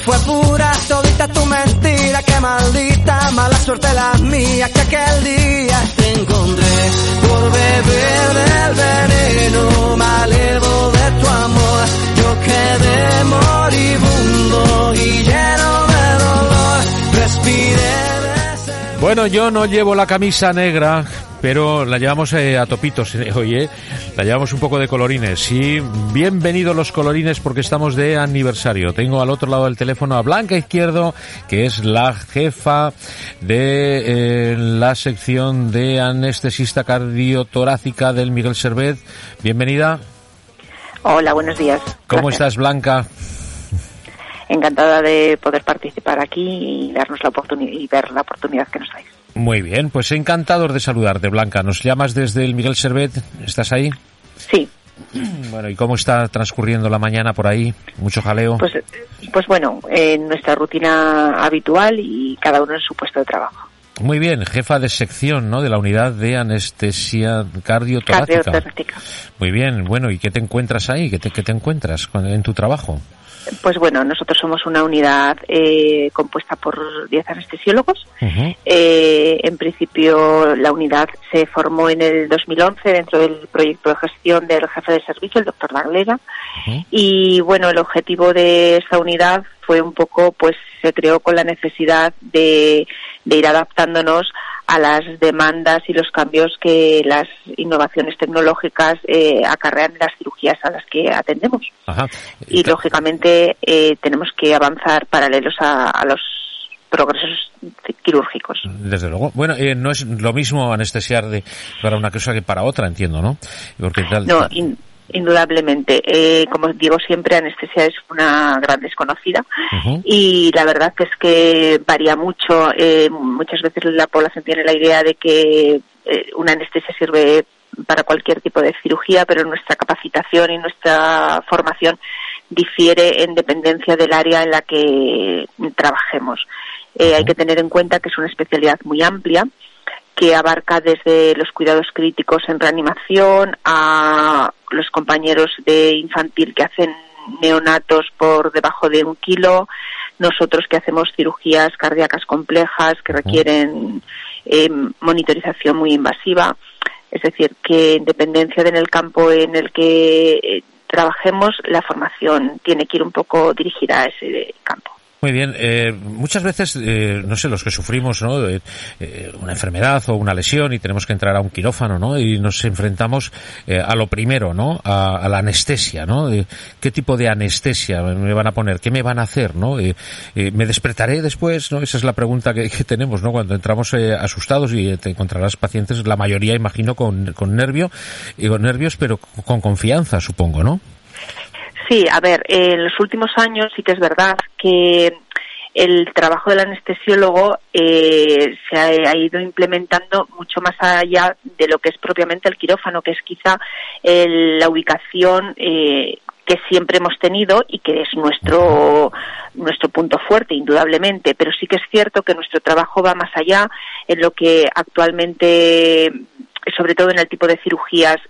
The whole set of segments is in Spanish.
fue pura todita tu mentira, qué maldita mala suerte la mía, que aquel día te encontré por beber del veneno malevo de tu amor. Yo quedé moribundo y lleno de dolor, respiré. Bueno, yo no llevo la camisa negra, pero la llevamos a topitos hoy, la llevamos un poco de colorines. Sí, bienvenidos los colorines porque estamos de aniversario. Tengo al otro lado del teléfono a Blanca Izquierdo, que es la jefa de la sección de anestesista cardiotorácica del Miguel Servet. Bienvenida. Hola, buenos días. ¿Cómo estás, Blanca? Encantada de poder participar aquí y darnos la oportunidad y ver la oportunidad que nos dais. Muy bien, pues encantador de saludarte, Blanca. Nos llamas desde el Miguel Servet, ¿estás ahí? Sí. Bueno, ¿y cómo está transcurriendo la mañana por ahí? ¿Mucho jaleo? Pues bueno, en nuestra rutina habitual y cada uno en su puesto de trabajo. Muy bien, jefa de sección, ¿no?, de la unidad de anestesia cardiotorácica. Muy bien, bueno, ¿y qué te encuentras ahí? ¿Qué te encuentras en tu trabajo? Pues bueno, nosotros somos una unidad compuesta por 10 anestesiólogos. Uh-huh. En principio, la unidad se formó en el 2011 dentro del proyecto de gestión del jefe de servicio, el doctor Daglera. Uh-huh. Y bueno, el objetivo de esta unidad fue un poco, pues se creó con la necesidad de ir adaptándonos a las demandas y los cambios que las innovaciones tecnológicas acarrean en las cirugías a las que atendemos. Ajá. Y lógicamente tenemos que avanzar paralelos a los progresos quirúrgicos. Desde luego. Bueno, no es lo mismo anestesiar para una cosa que para otra, entiendo, ¿no? Porque No, indudablemente. Como digo siempre, anestesia es una gran desconocida. Uh-huh. Y la verdad es que varía mucho. Muchas veces la población tiene la idea de que una anestesia sirve para cualquier tipo de cirugía, pero nuestra capacitación y nuestra formación difiere en dependencia del área en la que trabajemos. Hay que tener en cuenta que es una especialidad muy amplia, que abarca desde los cuidados críticos en reanimación a los compañeros de infantil que hacen neonatos por debajo de 1 kilo, nosotros que hacemos cirugías cardíacas complejas que requieren monitorización muy invasiva. Es decir, que en dependencia del campo en el que trabajemos, la formación tiene que ir un poco dirigida a ese campo. Muy bien, muchas veces, no sé, los que sufrimos, ¿no?, una enfermedad o una lesión y tenemos que entrar a un quirófano, ¿no?, y nos enfrentamos a lo primero, ¿no?, a la anestesia, ¿no? ¿Qué tipo de anestesia me van a poner? ¿Qué me van a hacer, no? ¿Me despertaré después, no? Esa es la pregunta que tenemos, ¿no?, cuando entramos asustados, y te encontrarás pacientes, la mayoría, imagino, con nervios, pero con confianza, supongo, ¿no? Sí, a ver, en los últimos años sí que es verdad que el trabajo del anestesiólogo se ha ido implementando mucho más allá de lo que es propiamente el quirófano, que es quizá la ubicación que siempre hemos tenido y que es nuestro punto fuerte, indudablemente, pero sí que es cierto que nuestro trabajo va más allá en lo que actualmente, sobre todo en el tipo de cirugías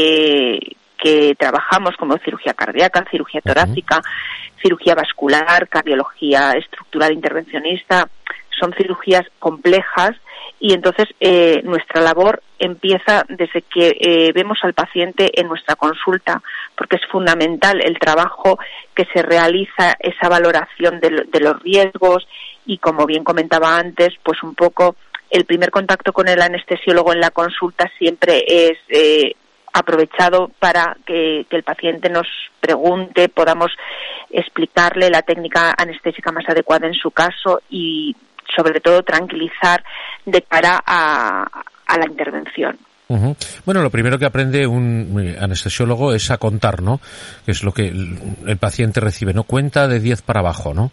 que trabajamos, como cirugía cardíaca, cirugía torácica, cirugía vascular, cardiología estructural intervencionista. Son cirugías complejas y entonces nuestra labor empieza desde que vemos al paciente en nuestra consulta, porque es fundamental el trabajo que se realiza, esa valoración de los riesgos y, como bien comentaba antes, pues un poco el primer contacto con el anestesiólogo en la consulta siempre es aprovechado para que el paciente nos pregunte, podamos explicarle la técnica anestésica más adecuada en su caso y, sobre todo, tranquilizar de cara a la intervención. Uh-huh. Bueno, lo primero que aprende un anestesiólogo es a contar, ¿no? Que es lo que el paciente recibe, ¿no? Cuenta de 10 para abajo, ¿no?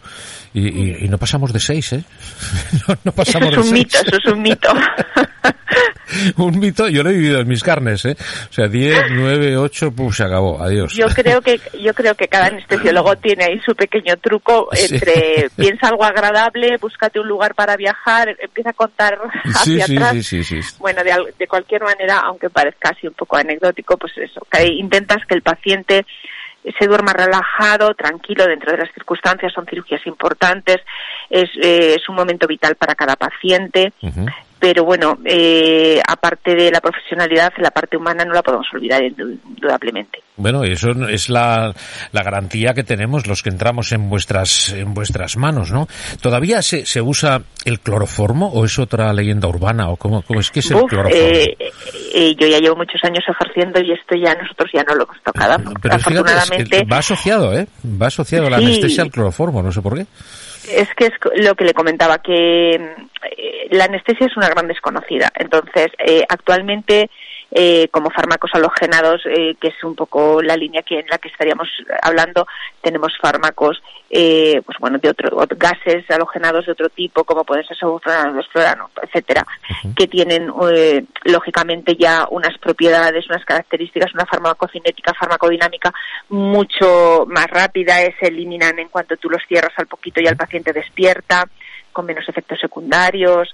Y no pasamos de 6, ¿eh? No pasamos de 6. Eso es un mito. Un mito, yo lo he vivido en mis carnes, ¿eh? O sea, 10, 9, 8, se acabó, adiós. Yo creo que cada anestesiólogo tiene ahí su pequeño truco entre piensa algo agradable, búscate un lugar para viajar, empieza a contar hacia atrás. Sí. Bueno, de cualquier manera, aunque parezca así un poco anecdótico, pues eso, que intentas que el paciente se duerma relajado, tranquilo dentro de las circunstancias. Son cirugías importantes, es un momento vital para cada paciente. Pero bueno, aparte de la profesionalidad, la parte humana no la podemos olvidar indudablemente. Bueno, eso es la garantía que tenemos los que entramos en vuestras manos, ¿no? ¿Todavía se usa el cloroformo o es otra leyenda urbana? ¿O cómo es que es el cloroformo? Yo ya llevo muchos años ejerciendo y esto ya nosotros ya no lo hemos tocado. Pero afortunadamente fíjate, va asociado la anestesia al cloroformo, no sé por qué. Es que es lo que le comentaba, que la anestesia es una gran desconocida. Entonces, actualmente, como fármacos halogenados, que es un poco la línea en la que estaríamos hablando, tenemos fármacos, de gases halogenados de otro tipo, como pueden ser sevoflurano, etcétera, que tienen, lógicamente, ya unas propiedades, unas características, una farmacocinética, farmacodinámica mucho más rápida, se eliminan en cuanto tú los cierras al poquito y el paciente despierta, con menos efectos secundarios,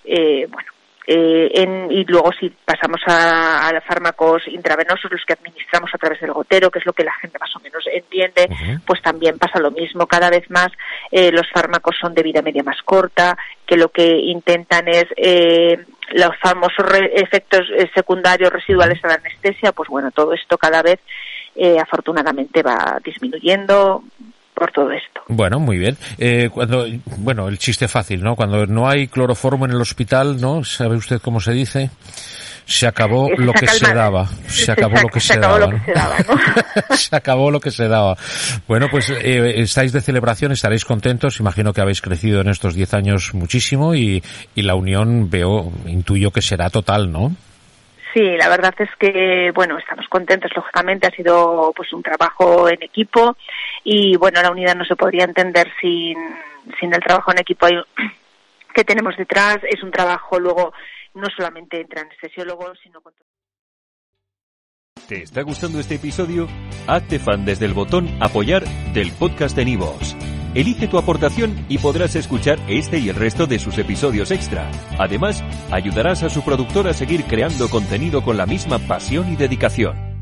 y luego si pasamos a fármacos intravenosos, los que administramos a través del gotero, que es lo que la gente más o menos entiende, pues también pasa lo mismo. Cada vez más los fármacos son de vida media más corta, que lo que intentan es los famosos efectos secundarios residuales a la anestesia. Pues bueno, todo esto cada vez afortunadamente va disminuyendo por todo esto. Bueno, muy bien. El chiste fácil, ¿no? Cuando no hay cloroformo en el hospital, ¿no? ¿Sabe usted cómo se dice? Se acabó lo que se daba. Se acabó lo que se daba, ¿no? Se acabó lo que se daba. Bueno, pues estáis de celebración, estaréis contentos. Imagino que habéis crecido en estos 10 años muchísimo y la unión intuyo que será total, ¿no? Sí, la verdad es que, estamos contentos, lógicamente, ha sido pues un trabajo en equipo y, la unidad no se podría entender sin el trabajo en equipo que tenemos detrás. Es un trabajo luego no solamente entre anestesiólogos, sino con... ¿Te está gustando este episodio? Hazte fan desde el botón Apoyar del podcast de Nivos. Elige tu aportación y podrás escuchar este y el resto de sus episodios extra. Además, ayudarás a su productor a seguir creando contenido con la misma pasión y dedicación.